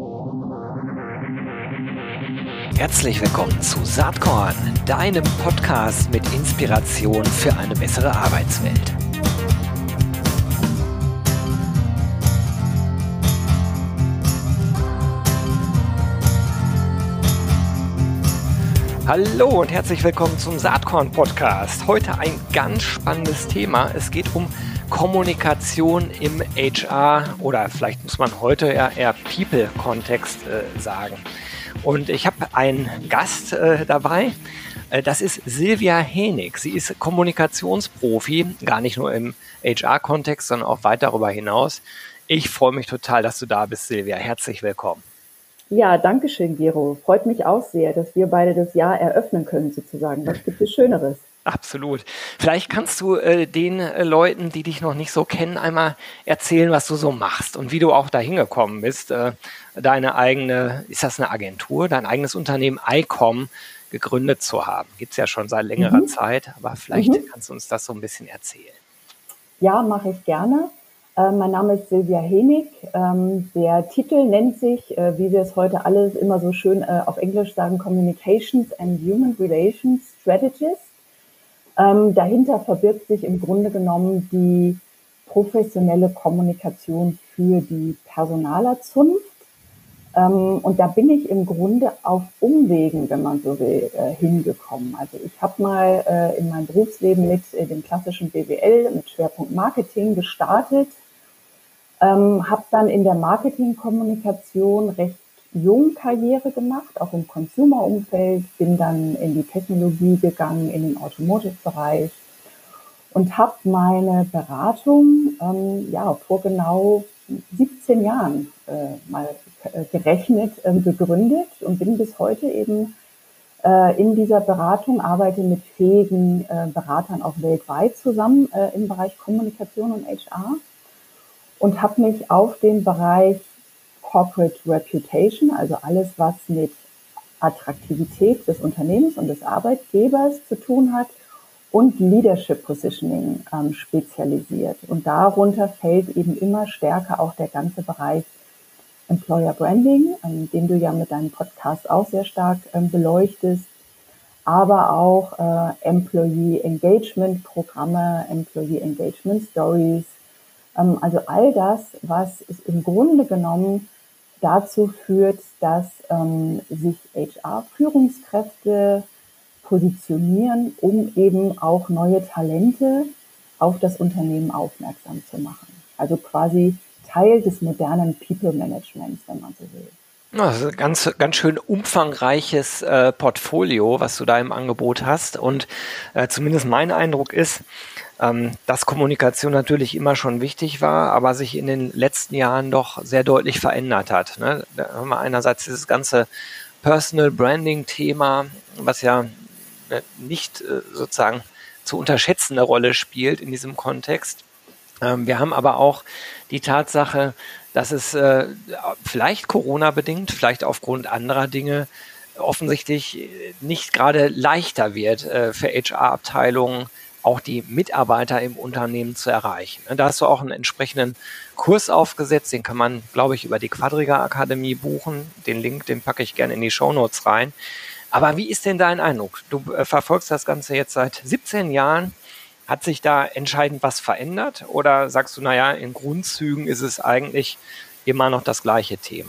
Herzlich willkommen zu Saatkorn, deinem Podcast mit Inspiration für eine bessere Arbeitswelt. Hallo und herzlich willkommen zum Saatkorn-Podcast. Heute ein ganz spannendes Thema. Es geht um Kommunikation im HR oder vielleicht muss man heute eher People-Kontext sagen. Und ich habe einen Gast dabei, das ist Silvia Henig. Sie ist Kommunikationsprofi, gar nicht nur im HR-Kontext, sondern auch weit darüber hinaus. Ich freue mich total, dass du da bist, Silvia. Herzlich willkommen. Ja, danke schön, Gero. Freut mich auch sehr, dass wir beide das Jahr eröffnen können, sozusagen. Was gibt es Schöneres? Absolut. Vielleicht kannst du den Leuten, die dich noch nicht so kennen, einmal erzählen, was du so machst und wie du auch dahin gekommen bist, deine eigene, ist das eine Agentur, dein eigenes Unternehmen ICOM gegründet zu haben. Gibt es ja schon seit längerer Zeit, aber vielleicht kannst du uns das so ein bisschen erzählen. Ja, mache ich gerne. Mein Name ist Silvia Henig. Der Titel nennt sich, wie wir es heute alles immer so schön auf Englisch sagen, Communications and Human Relations Strategist. Dahinter verbirgt sich im Grunde genommen die professionelle Kommunikation für die Personalerzunft. Und da bin ich im Grunde auf Umwegen, wenn man so will, hingekommen. Also ich habe mal in meinem Berufsleben mit dem klassischen BWL mit Schwerpunkt Marketing gestartet, habe dann in der Marketingkommunikation recht jung Karriere gemacht, auch im Consumer-Umfeld, bin dann in die Technologie gegangen, in den Automotive-Bereich und habe meine Beratung vor genau 17 Jahren mal gerechnet gegründet und bin bis heute eben in dieser Beratung, arbeite mit fähigen Beratern auch weltweit zusammen im Bereich Kommunikation und HR und habe mich auf den Bereich Corporate Reputation, also alles, was mit Attraktivität des Unternehmens und des Arbeitgebers zu tun hat, und Leadership Positioning spezialisiert. Und darunter fällt eben immer stärker auch der ganze Bereich Employer Branding, den du ja mit deinem Podcast auch sehr stark beleuchtest, aber auch Employee Engagement Programme, Employee Engagement Stories, also all das, was es im Grunde genommen dazu führt, dass sich HR-Führungskräfte positionieren, um eben auch neue Talente auf das Unternehmen aufmerksam zu machen. Also quasi Teil des modernen People-Managements, wenn man so will. Also ganz schön umfangreiches Portfolio, was du da im Angebot hast. Und zumindest mein Eindruck ist, dass Kommunikation natürlich immer schon wichtig war, aber sich in den letzten Jahren doch sehr deutlich verändert hat. Ne? Da haben wir einerseits dieses ganze Personal Branding-Thema, was ja nicht sozusagen zu unterschätzende Rolle spielt in diesem Kontext. Wir haben aber auch die Tatsache, dass es vielleicht Corona-bedingt, vielleicht aufgrund anderer Dinge offensichtlich nicht gerade leichter wird für HR-Abteilungen, auch die Mitarbeiter im Unternehmen zu erreichen. Da hast du auch einen entsprechenden Kurs aufgesetzt, den kann man, glaube ich, über die Quadriga Akademie buchen. Den Link, den packe ich gerne in die Shownotes rein. Aber wie ist denn dein Eindruck? Du verfolgst das Ganze jetzt seit 17 Jahren. Hat sich da entscheidend was verändert? Oder sagst du, naja, in Grundzügen ist es eigentlich immer noch das gleiche Thema?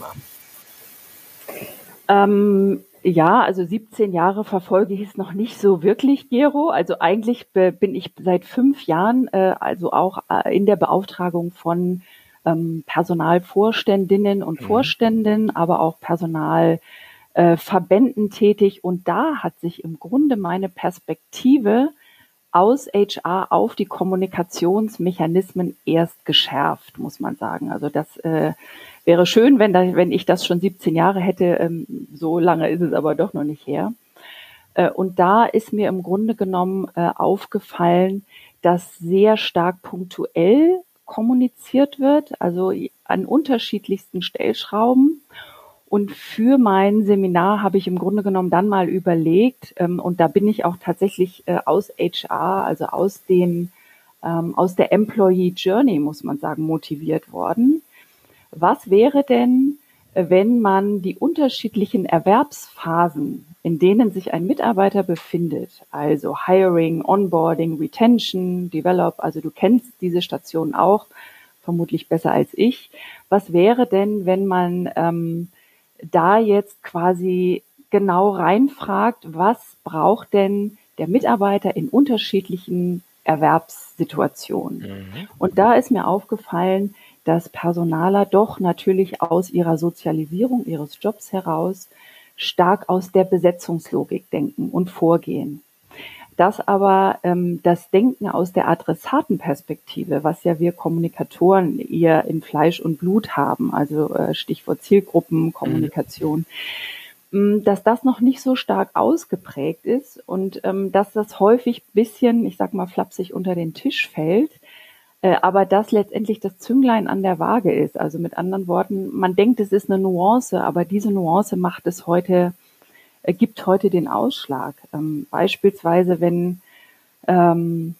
Ja, also 17 Jahre verfolge ich es noch nicht so wirklich, Gero. Also eigentlich bin ich seit 5 Jahren also auch in der Beauftragung von Personalvorständinnen und Vorständen, aber auch Personalverbänden tätig. Und da hat sich im Grunde meine Perspektive aus HR auf die Kommunikationsmechanismen erst geschärft, muss man sagen. Also das wäre schön, wenn ich das schon 17 Jahre hätte. So lange ist es aber doch noch nicht her. Und da ist mir im Grunde genommen aufgefallen, dass sehr stark punktuell kommuniziert wird, also an unterschiedlichsten Stellschrauben. Und für mein Seminar habe ich im Grunde genommen dann mal überlegt, und da bin ich auch tatsächlich aus HR, also aus der Employee Journey, muss man sagen, motiviert worden. Was wäre denn, wenn man die unterschiedlichen Erwerbsphasen, in denen sich ein Mitarbeiter befindet, also Hiring, Onboarding, Retention, Develop, also du kennst diese Station auch, vermutlich besser als ich. Was wäre denn, wenn man da jetzt quasi genau reinfragt, was braucht denn der Mitarbeiter in unterschiedlichen Erwerbssituationen? Und da ist mir aufgefallen, dass Personaler doch natürlich aus ihrer Sozialisierung ihres Jobs heraus stark aus der Besetzungslogik denken und vorgehen. Dass aber das Denken aus der Adressatenperspektive, was ja wir Kommunikatoren eher in Fleisch und Blut haben, also Stichwort Zielgruppen, Kommunikation, dass das noch nicht so stark ausgeprägt ist und dass das häufig ein bisschen, ich sag mal flapsig, unter den Tisch fällt, aber das letztendlich das Zünglein an der Waage ist. Also mit anderen Worten, man denkt, es ist eine Nuance, aber diese Nuance gibt heute den Ausschlag. Beispielsweise, wenn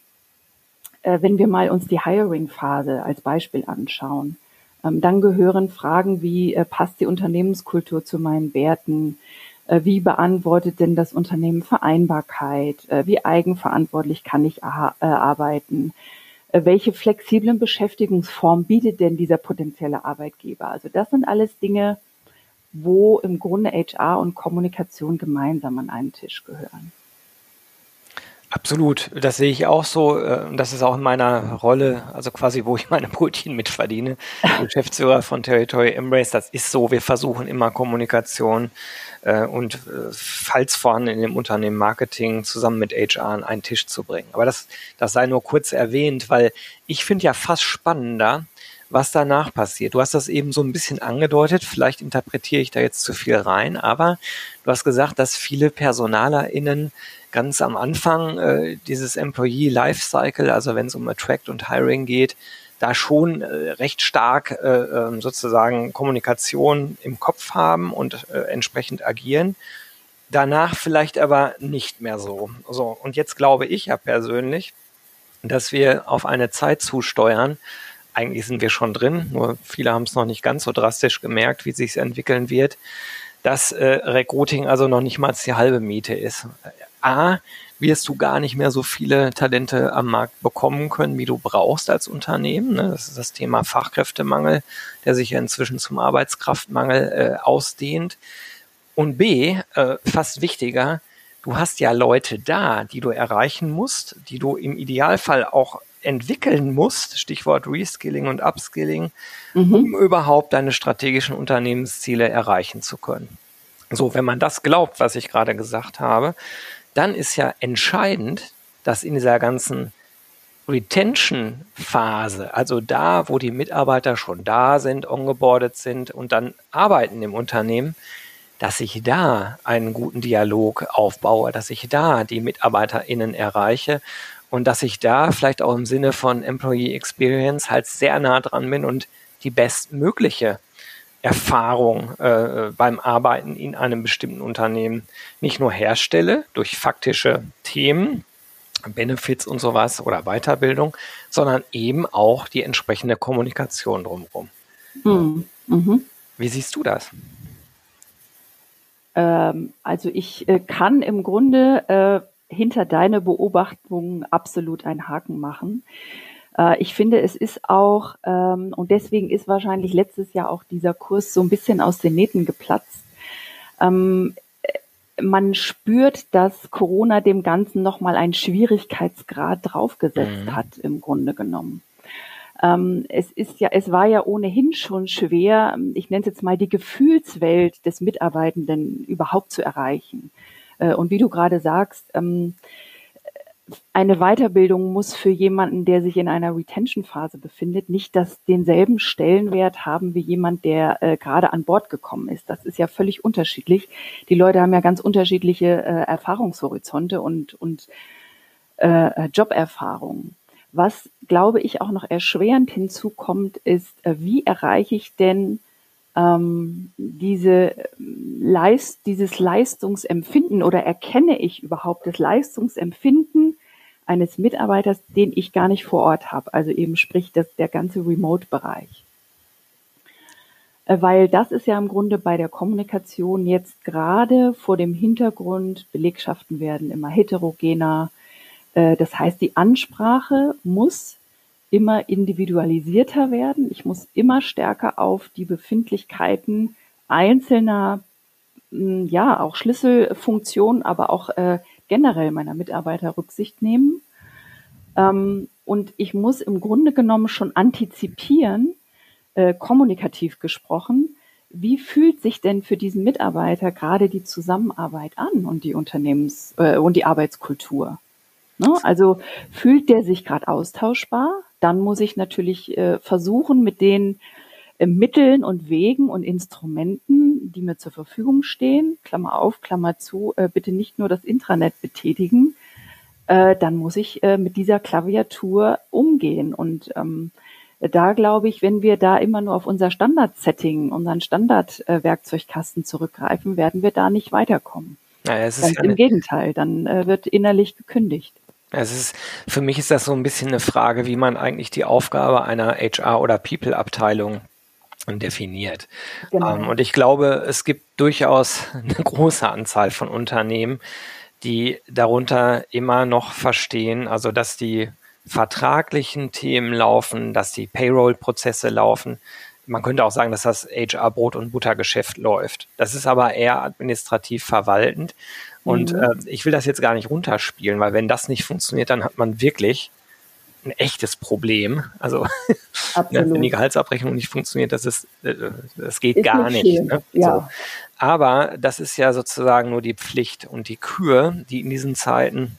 wir mal uns die Hiring-Phase als Beispiel anschauen, dann gehören Fragen wie, passt die Unternehmenskultur zu meinen Werten? Wie beantwortet denn das Unternehmen Vereinbarkeit? Wie eigenverantwortlich kann ich arbeiten? Welche flexiblen Beschäftigungsformen bietet denn dieser potenzielle Arbeitgeber? Also das sind alles Dinge, wo im Grunde HR und Kommunikation gemeinsam an einen Tisch gehören. Absolut, das sehe ich auch so. Das ist auch in meiner Rolle, also quasi, wo ich meine Brötchen mitverdiene, Geschäftsführer von Territory Embrace. Das ist so, wir versuchen immer Kommunikation und falls vorhanden in dem Unternehmen Marketing zusammen mit HR an einen Tisch zu bringen. Aber das sei nur kurz erwähnt, weil ich finde ja fast spannender, was danach passiert. Du hast das eben so ein bisschen angedeutet, vielleicht interpretiere ich da jetzt zu viel rein, aber du hast gesagt, dass viele PersonalerInnen ganz am Anfang dieses Employee Lifecycle, also wenn es um Attract und Hiring geht, da schon recht stark sozusagen Kommunikation im Kopf haben und entsprechend agieren. Danach vielleicht aber nicht mehr so. So, und jetzt glaube ich ja persönlich, dass wir auf eine Zeit zusteuern. Eigentlich sind wir schon drin, nur viele haben es noch nicht ganz so drastisch gemerkt, wie sich es entwickeln wird, dass Recruiting also noch nicht mal die halbe Miete ist. A, wirst du gar nicht mehr so viele Talente am Markt bekommen können, wie du brauchst als Unternehmen. Das ist das Thema Fachkräftemangel, der sich ja inzwischen zum Arbeitskraftmangel ausdehnt. Und B, fast wichtiger, du hast ja Leute da, die du erreichen musst, die du im Idealfall auch entwickeln musst, Stichwort Reskilling und Upskilling, um überhaupt deine strategischen Unternehmensziele erreichen zu können. So, wenn man das glaubt, was ich gerade gesagt habe, dann ist ja entscheidend, dass in dieser ganzen Retention-Phase, also da, wo die Mitarbeiter schon da sind, ongeboardet sind und dann arbeiten im Unternehmen, dass ich da einen guten Dialog aufbaue, dass ich da die MitarbeiterInnen erreiche und dass ich da vielleicht auch im Sinne von Employee Experience halt sehr nah dran bin und die bestmögliche Erfahrung beim Arbeiten in einem bestimmten Unternehmen nicht nur herstelle durch faktische Themen, Benefits und sowas oder Weiterbildung, sondern eben auch die entsprechende Kommunikation drumherum. Wie siehst du das? Also ich kann im Grunde hinter deine Beobachtung absolut einen Haken machen. Ich finde, es ist auch, und deswegen ist wahrscheinlich letztes Jahr auch dieser Kurs so ein bisschen aus den Nähten geplatzt. Man spürt, dass Corona dem Ganzen nochmal einen Schwierigkeitsgrad draufgesetzt hat, im Grunde genommen. Es war ja ohnehin schon schwer, ich nenne es jetzt mal die Gefühlswelt des Mitarbeitenden überhaupt zu erreichen. Und wie du gerade sagst, eine Weiterbildung muss für jemanden, der sich in einer Retention-Phase befindet, nicht denselben Stellenwert haben wie jemand, der gerade an Bord gekommen ist. Das ist ja völlig unterschiedlich. Die Leute haben ja ganz unterschiedliche Erfahrungshorizonte und Joberfahrungen. Was, glaube ich, auch noch erschwerend hinzukommt, ist, wie erreiche ich denn dieses Leistungsempfinden oder erkenne ich überhaupt das Leistungsempfinden eines Mitarbeiters, den ich gar nicht vor Ort habe, also eben sprich der ganze Remote-Bereich. Weil das ist ja im Grunde bei der Kommunikation jetzt gerade vor dem Hintergrund, Belegschaften werden immer heterogener. Das heißt, die Ansprache muss immer individualisierter werden. Ich muss immer stärker auf die Befindlichkeiten einzelner, ja, auch Schlüsselfunktionen, aber auch generell meiner Mitarbeiter Rücksicht nehmen. Und ich muss im Grunde genommen schon antizipieren, kommunikativ gesprochen, wie fühlt sich denn für diesen Mitarbeiter gerade die Zusammenarbeit an und die und die Arbeitskultur? Ne? Also fühlt der sich gerade austauschbar? Dann muss ich natürlich versuchen, mit den Mitteln und Wegen und Instrumenten, die mir zur Verfügung stehen, Klammer auf, Klammer zu, bitte nicht nur das Intranet betätigen, dann muss ich mit dieser Klaviatur umgehen. Und da glaube ich, wenn wir da immer nur auf unser Standard-Setting, unseren Standard-Werkzeugkasten zurückgreifen, werden wir da nicht weiterkommen. Naja, es ist Ganz im Gegenteil, dann wird innerlich gekündigt. Für mich ist das so ein bisschen eine Frage, wie man eigentlich die Aufgabe einer HR- oder People-Abteilung definiert. Genau. Und ich glaube, es gibt durchaus eine große Anzahl von Unternehmen, die darunter immer noch verstehen, also dass die vertraglichen Themen laufen, dass die Payroll-Prozesse laufen. Man könnte auch sagen, dass das HR-Brot- und Buttergeschäft läuft. Das ist aber eher administrativ verwaltend. Und ich will das jetzt gar nicht runterspielen, weil wenn das nicht funktioniert, dann hat man wirklich ein echtes Problem. Also wenn die Gehaltsabrechnung nicht funktioniert, das geht gar nicht. Ne? Ja. So. Aber das ist ja sozusagen nur die Pflicht und die Kür, die in diesen Zeiten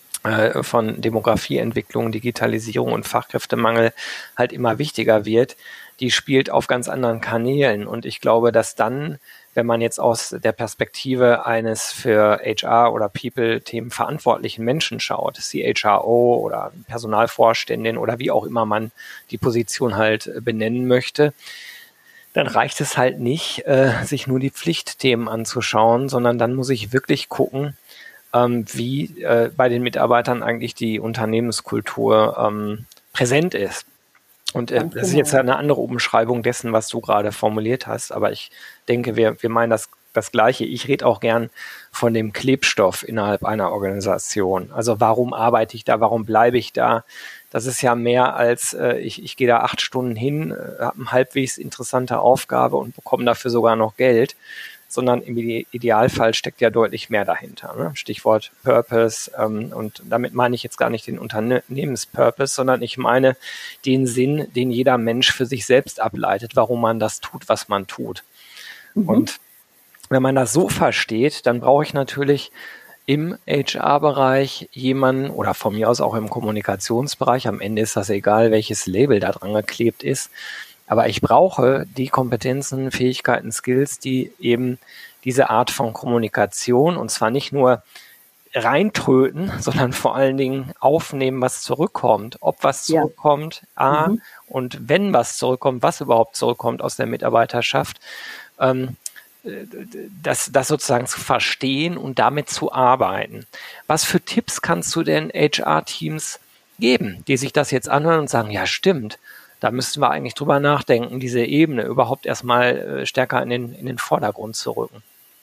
von Demografieentwicklung, Digitalisierung und Fachkräftemangel halt immer wichtiger wird, die spielt auf ganz anderen Kanälen. Und ich glaube, dass dann, wenn man jetzt aus der Perspektive eines für HR oder People-Themen verantwortlichen Menschen schaut, CHRO oder Personalvorständin oder wie auch immer man die Position halt benennen möchte, dann reicht es halt nicht, sich nur die Pflichtthemen anzuschauen, sondern dann muss ich wirklich gucken, wie bei den Mitarbeitern eigentlich die Unternehmenskultur präsent ist. Und das ist jetzt eine andere Umschreibung dessen, was du gerade formuliert hast, aber ich denke, wir meinen das Gleiche. Ich rede auch gern von dem Klebstoff innerhalb einer Organisation. Also warum arbeite ich da, warum bleibe ich da? Das ist ja mehr als, ich gehe da 8 Stunden hin, habe eine halbwegs interessante Aufgabe und bekomme dafür sogar noch Geld, sondern im Idealfall steckt ja deutlich mehr dahinter. Ne? Stichwort Purpose. Und damit meine ich jetzt gar nicht den Unternehmenspurpose, sondern ich meine den Sinn, den jeder Mensch für sich selbst ableitet, warum man das tut, was man tut. Und wenn man das so versteht, dann brauche ich natürlich im HR-Bereich jemanden oder von mir aus auch im Kommunikationsbereich. Am Ende ist das egal, welches Label da dran geklebt ist. Aber ich brauche die Kompetenzen, Fähigkeiten, Skills, die eben diese Art von Kommunikation und zwar nicht nur reintröten, sondern vor allen Dingen aufnehmen, was zurückkommt. Ob was zurückkommt, und wenn was zurückkommt, was überhaupt zurückkommt aus der Mitarbeiterschaft, das sozusagen zu verstehen und damit zu arbeiten. Was für Tipps kannst du denn HR-Teams geben, die sich das jetzt anhören und sagen, ja stimmt, da müssten wir eigentlich drüber nachdenken, diese Ebene überhaupt erstmal stärker in den Vordergrund zu rücken.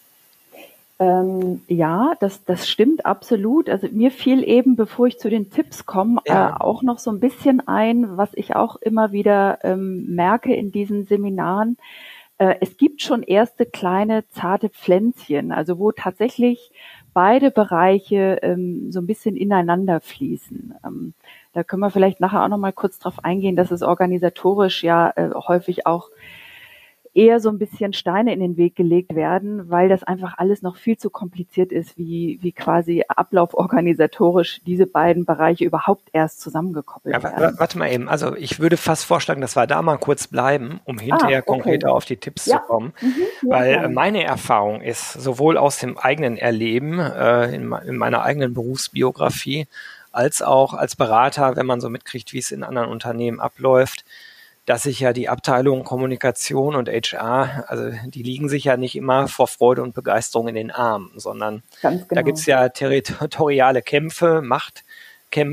Ja, das stimmt absolut. Also mir fiel eben, bevor ich zu den Tipps komme, auch noch so ein bisschen ein, was ich auch immer wieder merke in diesen Seminaren. Es gibt schon erste kleine zarte Pflänzchen, also wo tatsächlich beide Bereiche so ein bisschen ineinander fließen. Da können wir vielleicht nachher auch noch mal kurz drauf eingehen, dass es organisatorisch ja häufig auch eher so ein bisschen Steine in den Weg gelegt werden, weil das einfach alles noch viel zu kompliziert ist, wie quasi ablauforganisatorisch diese beiden Bereiche überhaupt erst zusammengekoppelt werden. Warte mal eben, also ich würde fast vorschlagen, dass wir da mal kurz bleiben, um hinterher konkreter auf die Tipps zu kommen, weil meine Erfahrung ist, sowohl aus dem eigenen Erleben, in meiner eigenen Berufsbiografie, als auch als Berater, wenn man so mitkriegt, wie es in anderen Unternehmen abläuft, dass sich ja die Abteilung Kommunikation und HR, also die liegen sich ja nicht immer vor Freude und Begeisterung in den Armen, sondern da gibt es ja territoriale Kämpfe,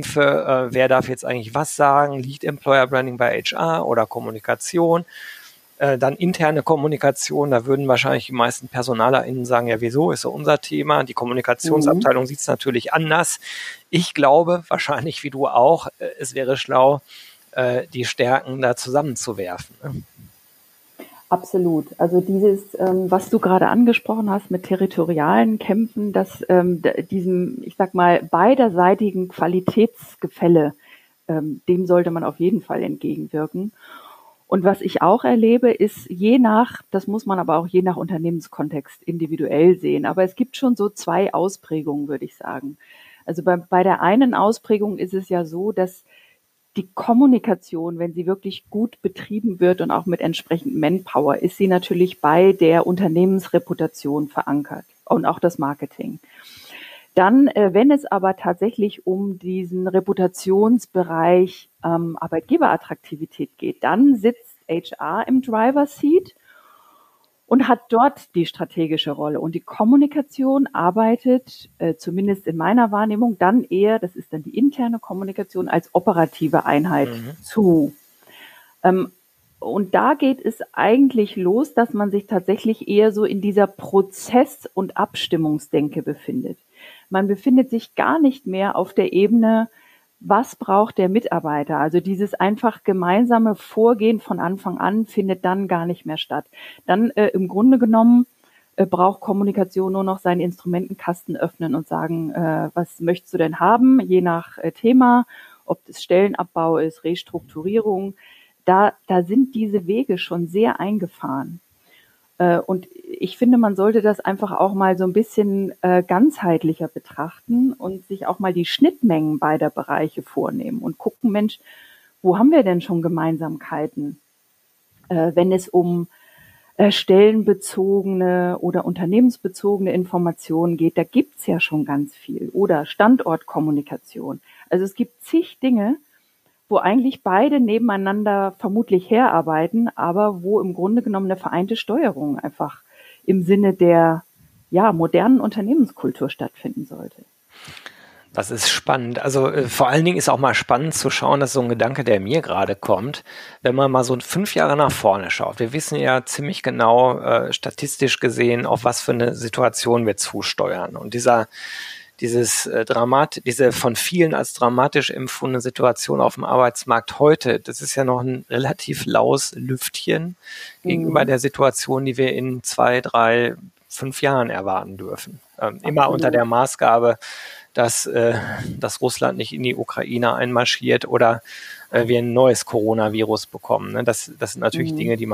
Machtkämpfe, wer darf jetzt eigentlich was sagen, liegt Employer Branding bei HR oder Kommunikation? Dann interne Kommunikation, da würden wahrscheinlich die meisten PersonalerInnen sagen, ja wieso, ist so unser Thema. Die Kommunikationsabteilung sieht es natürlich anders. Ich glaube, wahrscheinlich wie du auch, es wäre schlau, die Stärken da zusammenzuwerfen. Ne? Absolut. Also dieses, was du gerade angesprochen hast mit territorialen Kämpfen, dass diesem, ich sag mal, beiderseitigen Qualitätsgefälle, dem sollte man auf jeden Fall entgegenwirken. Und was ich auch erlebe, ist das muss man aber auch je nach Unternehmenskontext individuell sehen. Aber es gibt schon so 2 Ausprägungen, würde ich sagen. Also bei der einen Ausprägung ist es ja so, dass die Kommunikation, wenn sie wirklich gut betrieben wird und auch mit entsprechend Manpower, ist sie natürlich bei der Unternehmensreputation verankert und auch das Marketing. Dann, wenn es aber tatsächlich um diesen Reputationsbereich Arbeitgeberattraktivität geht, dann sitzt HR im Driver's Seat und hat dort die strategische Rolle. Und die Kommunikation arbeitet, zumindest in meiner Wahrnehmung, dann eher, das ist dann die interne Kommunikation, als operative Einheit zu. Und da geht es eigentlich los, dass man sich tatsächlich eher so in dieser Prozess- und Abstimmungsdenke befindet. Man befindet sich gar nicht mehr auf der Ebene, was braucht der Mitarbeiter? Also dieses einfach gemeinsame Vorgehen von Anfang an findet dann gar nicht mehr statt. Dann im Grunde genommen braucht Kommunikation nur noch seinen Instrumentenkasten öffnen und sagen, was möchtest du denn haben, je nach Thema, ob das Stellenabbau ist, Restrukturierung. Da sind diese Wege schon sehr eingefahren. Und ich finde, man sollte das einfach auch mal so ein bisschen ganzheitlicher betrachten und sich auch mal die Schnittmengen beider Bereiche vornehmen und gucken, Mensch, wo haben wir denn schon Gemeinsamkeiten, wenn es um stellenbezogene oder unternehmensbezogene Informationen geht, da gibt's ja schon ganz viel. Oder Standortkommunikation. Also es gibt zig Dinge, wo eigentlich beide nebeneinander vermutlich herarbeiten, aber wo im Grunde genommen eine vereinte Steuerung einfach im Sinne der modernen Unternehmenskultur stattfinden sollte. Das ist spannend. Also vor allen Dingen ist auch mal spannend zu schauen, dass so ein Gedanke, der mir gerade kommt, wenn man mal so 5 Jahre nach vorne schaut. Wir wissen ja ziemlich genau, statistisch gesehen, auf was für eine Situation wir zusteuern. Und diese von vielen als dramatisch empfundene Situation auf dem Arbeitsmarkt heute, das ist ja noch ein relativ laues Lüftchen gegenüber der Situation, die wir in 2, 3, 5 Jahren erwarten dürfen. Immer unter der Maßgabe, dass Russland nicht in die Ukraine einmarschiert oder wir ein neues Coronavirus bekommen. Ne? Das sind natürlich Dinge, die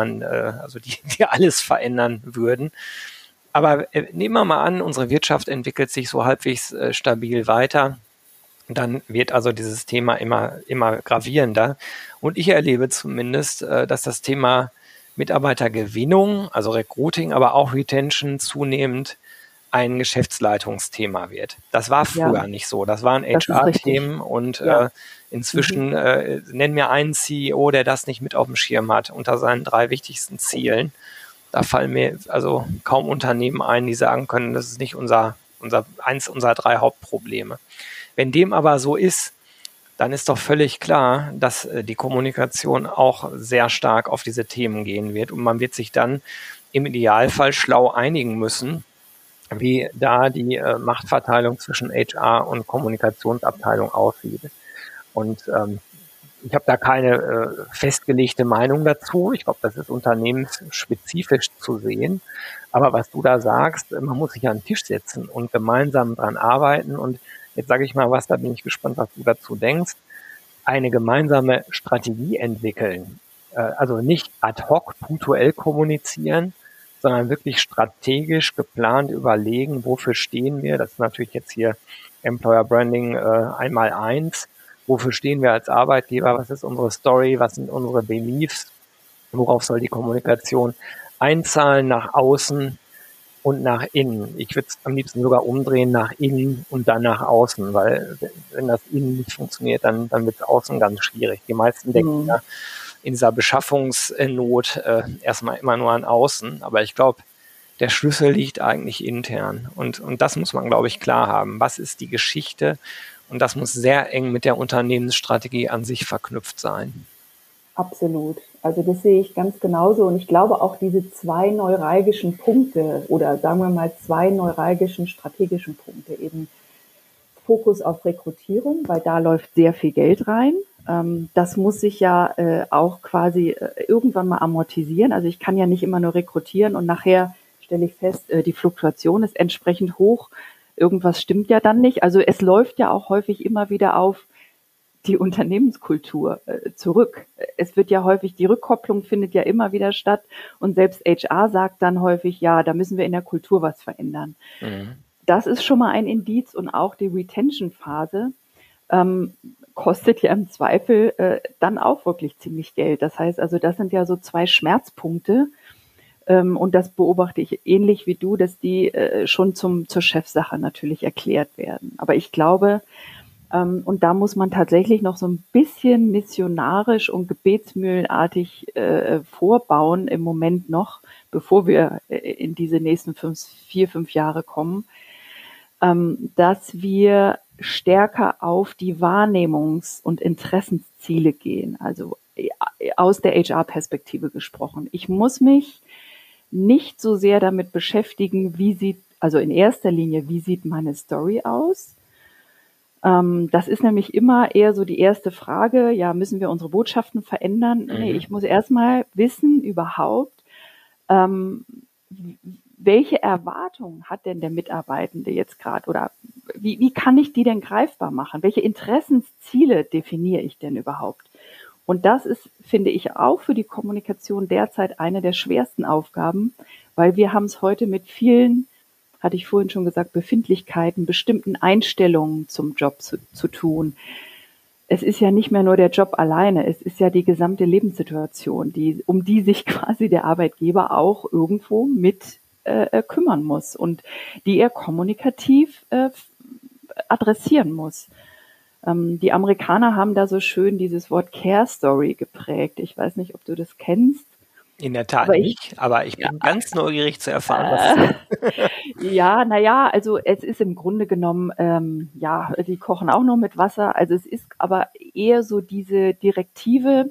die alles verändern würden. Aber nehmen wir mal an, unsere Wirtschaft entwickelt sich so halbwegs stabil weiter. Dann wird also dieses Thema immer gravierender. Und ich erlebe zumindest, dass das Thema Mitarbeitergewinnung, also Recruiting, aber auch Retention zunehmend ein Geschäftsleitungsthema wird. Das war früher nicht so. Das waren HR-Themen und inzwischen nenn mir einen CEO, der das nicht mit auf dem Schirm hat unter seinen 3 wichtigsten Zielen. Da fallen mir also kaum Unternehmen ein, die sagen können, das ist nicht eins unserer 3 Hauptprobleme. Wenn dem aber so ist, dann ist doch völlig klar, dass die Kommunikation auch sehr stark auf diese Themen gehen wird und man wird sich dann im Idealfall schlau einigen müssen, wie da die Machtverteilung zwischen HR und Kommunikationsabteilung aussieht. Und ich habe da keine festgelegte Meinung dazu. Ich glaube, das ist unternehmensspezifisch zu sehen. Aber was du da sagst, man muss sich an den Tisch setzen und gemeinsam dran arbeiten. Und jetzt sage ich mal was, da bin ich gespannt, was du dazu denkst. Eine gemeinsame Strategie entwickeln. Also nicht ad hoc punktuell kommunizieren, sondern wirklich strategisch geplant überlegen, wofür stehen wir. Das ist natürlich jetzt hier Employer Branding einmal 1. Wofür stehen wir als Arbeitgeber? Was ist unsere Story? Was sind unsere Beliefs? Worauf soll die Kommunikation einzahlen nach außen und nach innen? Ich würde es am liebsten sogar umdrehen nach innen und dann nach außen, weil wenn das innen nicht funktioniert, dann wird es außen ganz schwierig. Die meisten denken ja in dieser Beschaffungsnot erstmal immer nur an außen, aber ich glaube, der Schlüssel liegt eigentlich intern und das muss man, glaube ich, klar haben. Was ist die Geschichte? Und das muss sehr eng mit der Unternehmensstrategie an sich verknüpft sein. Absolut. Also das sehe ich ganz genauso. Und ich glaube auch diese 2 neuralgischen Punkte oder sagen wir mal 2 neuralgischen strategischen Punkte, eben Fokus auf Rekrutierung, weil da läuft sehr viel Geld rein. Das muss sich ja auch quasi irgendwann mal amortisieren. Also ich kann ja nicht immer nur rekrutieren und nachher stelle ich fest, die Fluktuation ist entsprechend hoch. Irgendwas stimmt ja dann nicht. Also es läuft ja auch häufig immer wieder auf die Unternehmenskultur zurück. Es wird ja häufig, die Rückkopplung findet ja immer wieder statt und selbst HR sagt dann häufig, ja, da müssen wir in der Kultur was verändern. Mhm. Das ist schon mal ein Indiz und auch die Retention-Phase kostet ja im Zweifel dann auch wirklich ziemlich Geld. Das heißt also, das sind ja so 2 Schmerzpunkte und das beobachte ich ähnlich wie du, dass die schon zur Chefsache natürlich erklärt werden. Aber ich glaube, und da muss man tatsächlich noch so ein bisschen missionarisch und gebetsmühlenartig vorbauen im Moment noch, bevor wir in diese nächsten 4-5 Jahre kommen, dass wir stärker auf die Wahrnehmungs- und Interessensziele gehen, also aus der HR-Perspektive gesprochen. Ich muss mich nicht so sehr damit beschäftigen, also in erster Linie, wie sieht meine Story aus? Das ist nämlich immer eher so die erste Frage, ja, müssen wir unsere Botschaften verändern? Nee, ich muss erstmal wissen überhaupt, welche Erwartungen hat denn der Mitarbeitende jetzt gerade oder wie kann ich die denn greifbar machen? Welche Interessensziele definiere ich denn überhaupt? Und das ist, finde ich, auch für die Kommunikation derzeit eine der schwersten Aufgaben, weil wir haben es heute mit vielen, hatte ich vorhin schon gesagt, Befindlichkeiten, bestimmten Einstellungen zum Job zu tun. Es ist ja nicht mehr nur der Job alleine, es ist ja die gesamte Lebenssituation, um die sich quasi der Arbeitgeber auch irgendwo mit kümmern muss und die er kommunikativ adressieren muss. Die Amerikaner haben da so schön dieses Wort Care Story geprägt. Ich weiß nicht, ob du das kennst. In der Tat nicht, aber ich bin ganz neugierig zu erfahren, was es ist. Ja, naja, also es ist im Grunde genommen, die kochen auch nur mit Wasser. Also es ist aber eher so diese Direktive,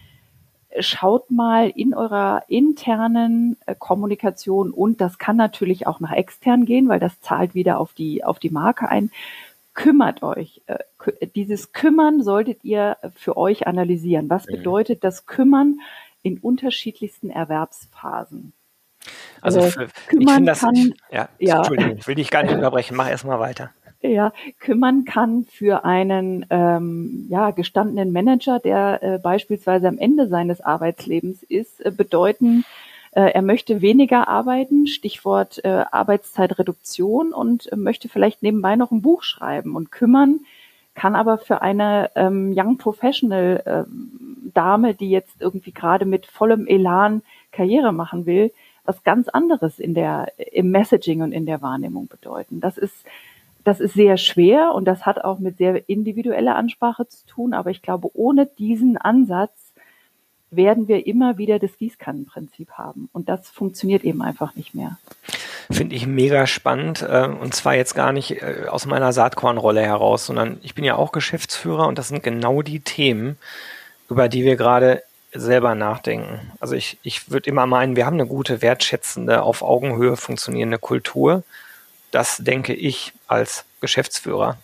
schaut mal in eurer internen Kommunikation und das kann natürlich auch nach extern gehen, weil das zahlt wieder auf die Marke ein. Kümmert euch. Dieses Kümmern solltet ihr für euch analysieren. Was bedeutet das Kümmern in unterschiedlichsten Erwerbsphasen? Also ich finde das, Entschuldigung, ich will dich gar nicht unterbrechen, mach erst mal weiter. Ja, kümmern kann für einen gestandenen Manager, der beispielsweise am Ende seines Arbeitslebens ist, bedeuten, er möchte weniger arbeiten, Stichwort Arbeitszeitreduktion und möchte vielleicht nebenbei noch ein Buch schreiben. Und kümmern kann aber für eine Young Professional Dame, die jetzt irgendwie gerade mit vollem Elan Karriere machen will, was ganz anderes im Messaging und in der Wahrnehmung bedeuten. Das ist sehr schwer und das hat auch mit sehr individueller Ansprache zu tun. Aber ich glaube, ohne diesen Ansatz werden wir immer wieder das Gießkannenprinzip haben. Und das funktioniert eben einfach nicht mehr. Finde ich mega spannend. Und zwar jetzt gar nicht aus meiner Saatkornrolle heraus, sondern ich bin ja auch Geschäftsführer und das sind genau die Themen, über die wir gerade selber nachdenken. Also ich würde immer meinen, wir haben eine gute, wertschätzende, auf Augenhöhe funktionierende Kultur. Das denke ich als Geschäftsführer.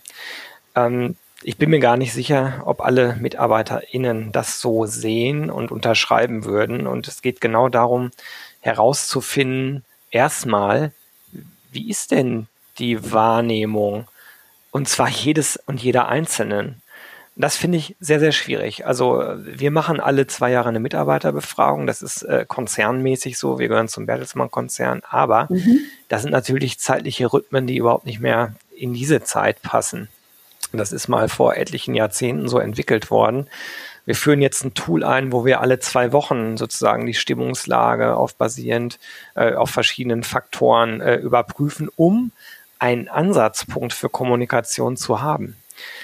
Ich bin mir gar nicht sicher, ob alle MitarbeiterInnen das so sehen und unterschreiben würden. Und es geht genau darum, herauszufinden, erstmal, wie ist denn die Wahrnehmung? Und zwar jedes und jeder Einzelnen. Das finde ich sehr, sehr schwierig. Also wir machen alle 2 Jahre eine Mitarbeiterbefragung. Das ist konzernmäßig so. Wir gehören zum Bertelsmann-Konzern. Aber das sind natürlich zeitliche Rhythmen, die überhaupt nicht mehr in diese Zeit passen. Das ist mal vor etlichen Jahrzehnten so entwickelt worden. Wir führen jetzt ein Tool ein, wo wir alle 2 Wochen sozusagen die Stimmungslage basierend auf verschiedenen Faktoren überprüfen, um einen Ansatzpunkt für Kommunikation zu haben.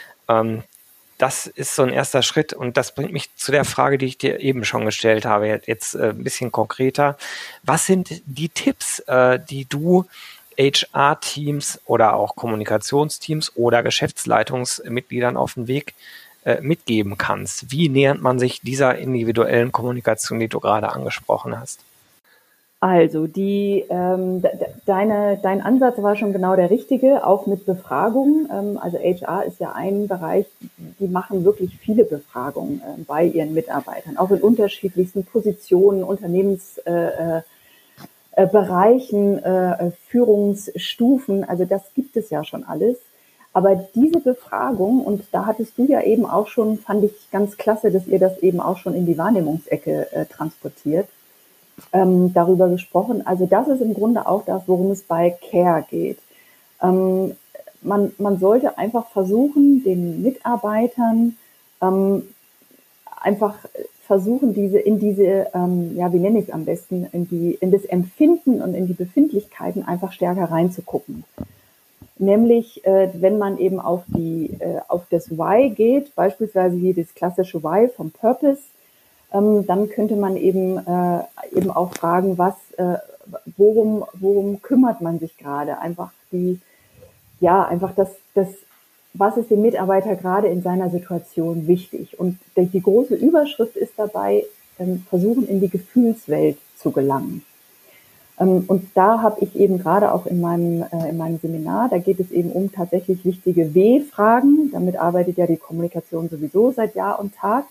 Das ist so ein erster Schritt und das bringt mich zu der Frage, die ich dir eben schon gestellt habe, jetzt ein bisschen konkreter. Was sind die Tipps, die du HR-Teams oder auch Kommunikationsteams oder Geschäftsleitungsmitgliedern auf den Weg mitgeben kannst. Wie nähert man sich dieser individuellen Kommunikation, die du gerade angesprochen hast? Also dein Ansatz war schon genau der richtige, auch mit Befragungen. Also HR ist ja ein Bereich, die machen wirklich viele Befragungen bei ihren Mitarbeitern, auch in unterschiedlichsten Positionen, Bereichen, Führungsstufen. Also das gibt es ja schon alles. Aber diese Befragung, und da hattest du ja eben auch schon, fand ich ganz klasse, dass ihr das eben auch schon in die Wahrnehmungsecke transportiert, darüber gesprochen. Also das ist im Grunde auch das, worum es bei Care geht. Man sollte einfach versuchen, den Mitarbeitern einfach versuchen, wie nenne ich es am besten, in das Empfinden und in die Befindlichkeiten einfach stärker reinzugucken. Nämlich, wenn man eben auf das Why geht, beispielsweise hier das klassische Why vom Purpose, dann könnte man eben auch fragen, worum kümmert man sich gerade? Einfach was ist dem Mitarbeiter gerade in seiner Situation wichtig? Und die große Überschrift ist dabei, versuchen in die Gefühlswelt zu gelangen. Und da habe ich eben gerade auch in meinem Seminar, da geht es eben um tatsächlich wichtige W-Fragen. Damit arbeitet ja die Kommunikation sowieso seit Jahr und Tag.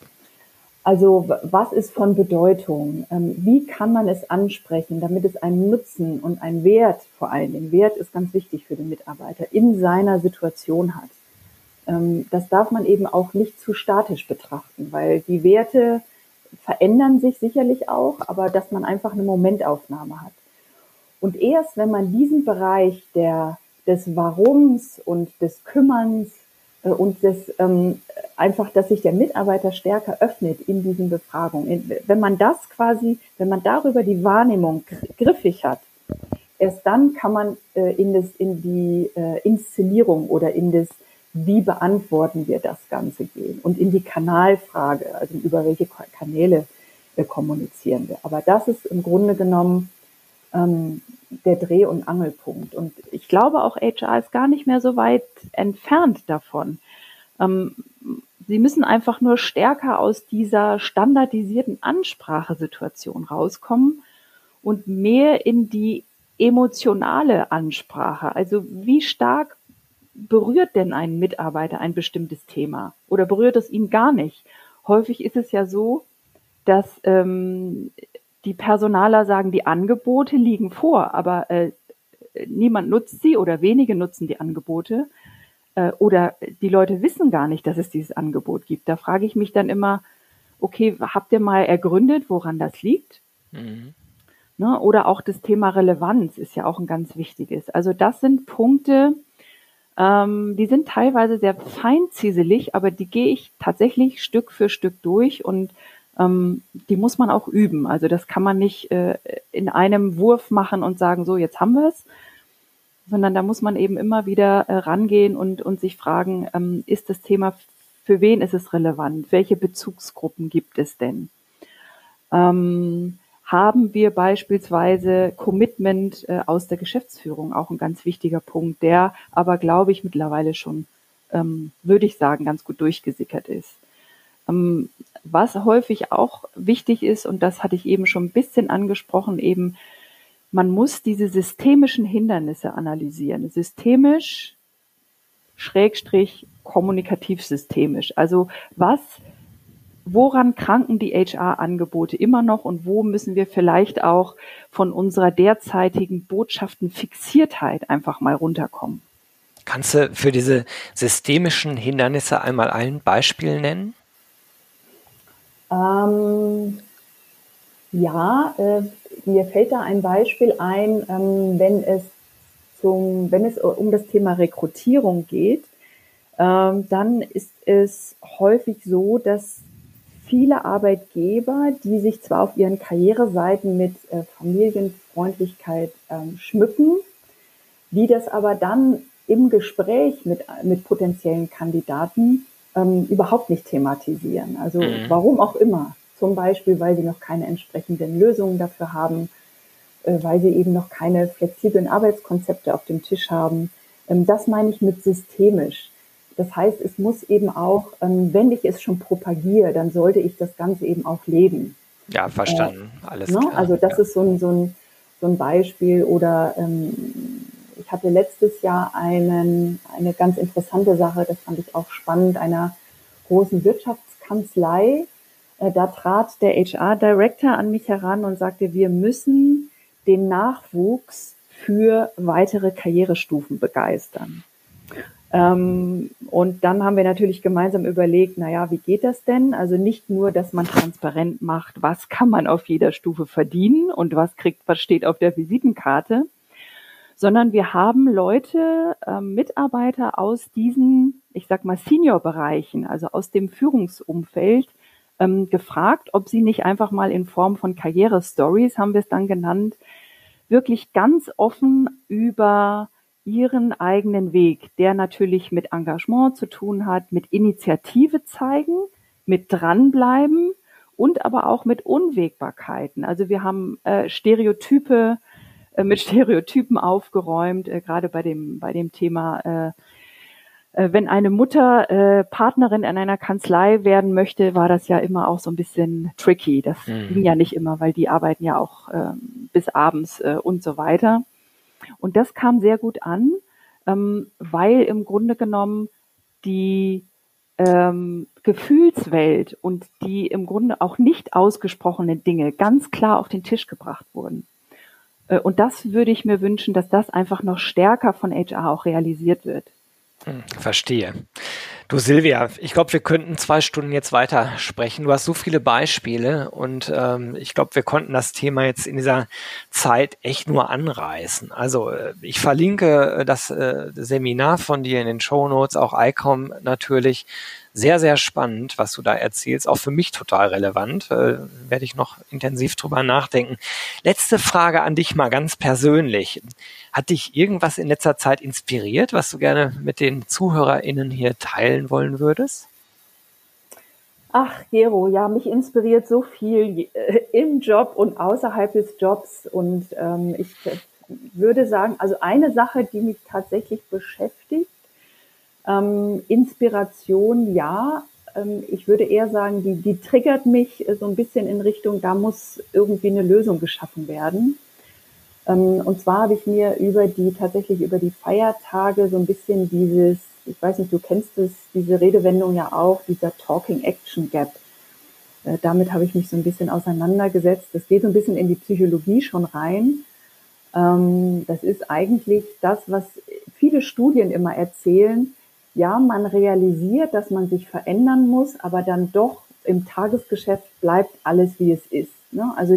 Also was ist von Bedeutung? Wie kann man es ansprechen, damit es einen Nutzen und einen Wert, vor allen Dingen Wert ist ganz wichtig für den Mitarbeiter, in seiner Situation hat? Das darf man eben auch nicht zu statisch betrachten, weil die Werte verändern sich sicherlich auch, aber dass man einfach eine Momentaufnahme hat. Und erst wenn man diesen Bereich des Warums und des Kümmerns und einfach, dass sich der Mitarbeiter stärker öffnet in diesen Befragungen. Wenn man darüber die Wahrnehmung griffig hat, erst dann kann man in die Inszenierung oder in das, wie beantworten wir das Ganze gehen und in die Kanalfrage, also über welche Kanäle kommunizieren wir. Aber das ist im Grunde genommen der Dreh- und Angelpunkt. Und ich glaube auch, HR ist gar nicht mehr so weit entfernt davon. Sie müssen einfach nur stärker aus dieser standardisierten Ansprachesituation rauskommen und mehr in die emotionale Ansprache. Also wie stark berührt denn einen Mitarbeiter ein bestimmtes Thema oder berührt es ihn gar nicht? Häufig ist es ja so, dass die Personaler sagen, die Angebote liegen vor, aber niemand nutzt sie oder wenige nutzen die Angebote oder die Leute wissen gar nicht, dass es dieses Angebot gibt. Da frage ich mich dann immer, okay, habt ihr mal ergründet, woran das liegt? Mhm. Ne? Oder auch das Thema Relevanz ist ja auch ein ganz wichtiges. Also das sind Punkte, die sind teilweise sehr feinziselig, aber die gehe ich tatsächlich Stück für Stück durch und die muss man auch üben. Also das kann man nicht in einem Wurf machen und sagen, so, jetzt haben wir es, sondern da muss man eben immer wieder rangehen und sich fragen, ist das Thema, für wen ist es relevant? Welche Bezugsgruppen gibt es denn? Haben wir beispielsweise Commitment aus der Geschäftsführung, auch ein ganz wichtiger Punkt, der aber, glaube ich, mittlerweile schon, würde ich sagen, ganz gut durchgesickert ist. Was häufig auch wichtig ist, und das hatte ich eben schon ein bisschen angesprochen, eben, man muss diese systemischen Hindernisse analysieren. Systemisch, Schrägstrich, kommunikativ systemisch. Also woran kranken die HR-Angebote immer noch und wo müssen wir vielleicht auch von unserer derzeitigen Botschaftenfixiertheit einfach mal runterkommen? Kannst du für diese systemischen Hindernisse einmal ein Beispiel nennen? Mir fällt da ein Beispiel ein, wenn es um das Thema Rekrutierung geht, dann ist es häufig so, dass viele Arbeitgeber, die sich zwar auf ihren Karriereseiten mit Familienfreundlichkeit schmücken, die das aber dann im Gespräch mit potenziellen Kandidaten überhaupt nicht thematisieren. Also warum auch immer. Zum Beispiel, weil sie noch keine entsprechenden Lösungen dafür haben, weil sie eben noch keine flexiblen Arbeitskonzepte auf dem Tisch haben. Das meine ich mit systemisch. Das heißt, es muss eben auch, wenn ich es schon propagiere, dann sollte ich das Ganze eben auch leben. Ja, verstanden. Alles Ne? klar. Also das ist so ein Beispiel. Oder ich hatte letztes Jahr eine ganz interessante Sache, das fand ich auch spannend, einer großen Wirtschaftskanzlei. Da trat der HR-Director an mich heran und sagte, wir müssen den Nachwuchs für weitere Karrierestufen begeistern. Und dann haben wir natürlich gemeinsam überlegt, naja, wie geht das denn? Also nicht nur, dass man transparent macht, was kann man auf jeder Stufe verdienen und was steht auf der Visitenkarte, sondern wir haben Leute, Mitarbeiter aus diesen, ich sag mal, Senior-Bereichen, also aus dem Führungsumfeld, gefragt, ob sie nicht einfach mal in Form von Karriere-Stories, haben wir es dann genannt, wirklich ganz offen über ihren eigenen Weg, der natürlich mit Engagement zu tun hat, mit Initiative zeigen, mit dranbleiben und aber auch mit Unwägbarkeiten. Also wir haben mit Stereotypen aufgeräumt, gerade bei dem Thema, wenn eine Mutter Partnerin in einer Kanzlei werden möchte, war das ja immer auch so ein bisschen tricky. Das ging ja nicht immer, weil die arbeiten ja auch bis abends und so weiter. Und das kam sehr gut an, weil im Grunde genommen die Gefühlswelt und die im Grunde auch nicht ausgesprochenen Dinge ganz klar auf den Tisch gebracht wurden. Und das würde ich mir wünschen, dass das einfach noch stärker von HR auch realisiert wird. Verstehe. Du Silvia, ich glaube, wir könnten 2 Stunden jetzt weiter sprechen. Du hast so viele Beispiele und ich glaube, wir konnten das Thema jetzt in dieser Zeit echt nur anreißen. Also ich verlinke das Seminar von dir in den Shownotes, auch ICOM natürlich. Sehr, sehr spannend, was du da erzählst. Auch für mich total relevant. Werde ich noch intensiv drüber nachdenken. Letzte Frage an dich mal ganz persönlich. Hat dich irgendwas in letzter Zeit inspiriert, was du gerne mit den ZuhörerInnen hier teilen wollen würdest? Ach, Gero, ja, mich inspiriert so viel im Job und außerhalb des Jobs. Und ich würde sagen, also eine Sache, die mich tatsächlich beschäftigt, Inspiration, ja. Ich würde eher sagen, die triggert mich so ein bisschen in Richtung, da muss irgendwie eine Lösung geschaffen werden. Und zwar habe ich mir über die Feiertage so ein bisschen ich weiß nicht, du kennst es, diese Redewendung ja auch, dieser Talking Action Gap. Damit habe ich mich so ein bisschen auseinandergesetzt. Das geht so ein bisschen in die Psychologie schon rein. Das ist eigentlich das, was viele Studien immer erzählen. Ja, man realisiert, dass man sich verändern muss, aber dann doch im Tagesgeschäft bleibt alles, wie es ist. Ne? Also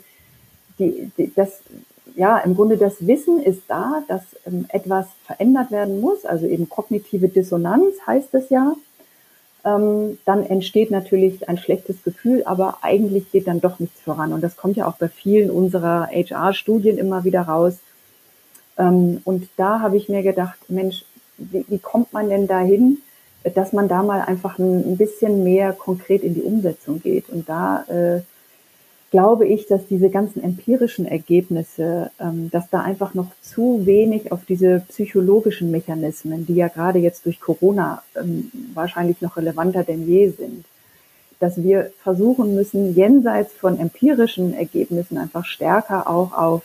im Grunde das Wissen ist da, dass etwas verändert werden muss, also eben kognitive Dissonanz heißt es ja. Dann entsteht natürlich ein schlechtes Gefühl, aber eigentlich geht dann doch nichts voran. Und das kommt ja auch bei vielen unserer HR-Studien immer wieder raus. Und da habe ich mir gedacht, Mensch, wie kommt man denn dahin, dass man da mal einfach ein bisschen mehr konkret in die Umsetzung geht? Und da glaube ich, dass diese ganzen empirischen Ergebnisse, dass da einfach noch zu wenig auf diese psychologischen Mechanismen, die ja gerade jetzt durch Corona wahrscheinlich noch relevanter denn je sind, dass wir versuchen müssen, jenseits von empirischen Ergebnissen einfach stärker auch auf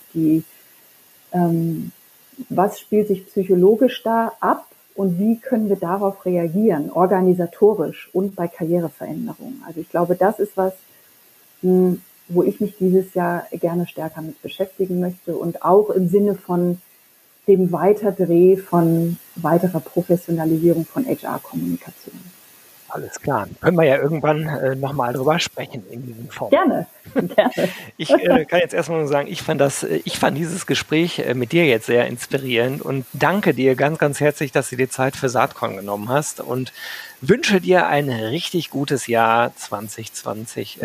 was spielt sich psychologisch da ab und wie können wir darauf reagieren, organisatorisch und bei Karriereveränderungen. Also ich glaube, das ist was, wo ich mich dieses Jahr gerne stärker mit beschäftigen möchte und auch im Sinne von dem Weiterdreh von weiterer Professionalisierung von HR-Kommunikation. Alles klar. Können wir ja irgendwann nochmal drüber sprechen in diesem Form. Gerne. Ich kann jetzt erstmal nur sagen, ich fand dieses Gespräch mit dir jetzt sehr inspirierend und danke dir ganz, ganz herzlich, dass du dir Zeit für Saatkorn genommen hast und wünsche dir ein richtig gutes Jahr 2022.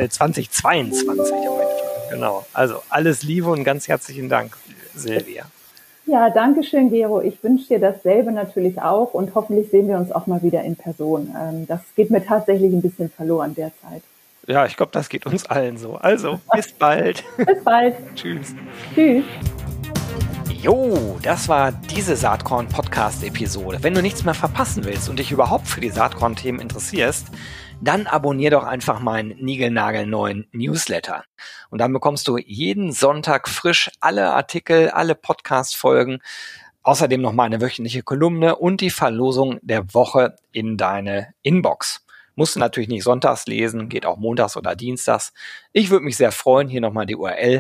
Genau. Also alles Liebe und ganz herzlichen Dank, Silvia. Ja, danke schön, Gero. Ich wünsche dir dasselbe natürlich auch und hoffentlich sehen wir uns auch mal wieder in Person. Das geht mir tatsächlich ein bisschen verloren derzeit. Ja, ich glaube, das geht uns allen so. Also, bis bald. Bis bald. Tschüss. Tschüss. Jo, das war diese Saatkorn-Podcast-Episode. Wenn du nichts mehr verpassen willst und dich überhaupt für die Saatkorn-Themen interessierst, dann abonnier doch einfach meinen niegelnagelneuen Newsletter. Und dann bekommst du jeden Sonntag frisch alle Artikel, alle Podcast-Folgen, außerdem noch meine wöchentliche Kolumne und die Verlosung der Woche in deine Inbox. Musst du natürlich nicht sonntags lesen, geht auch montags oder dienstags. Ich würde mich sehr freuen, hier nochmal die URL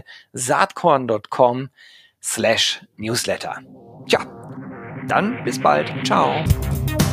saatkorn.com/newsletter. Tja, dann bis bald. Ciao.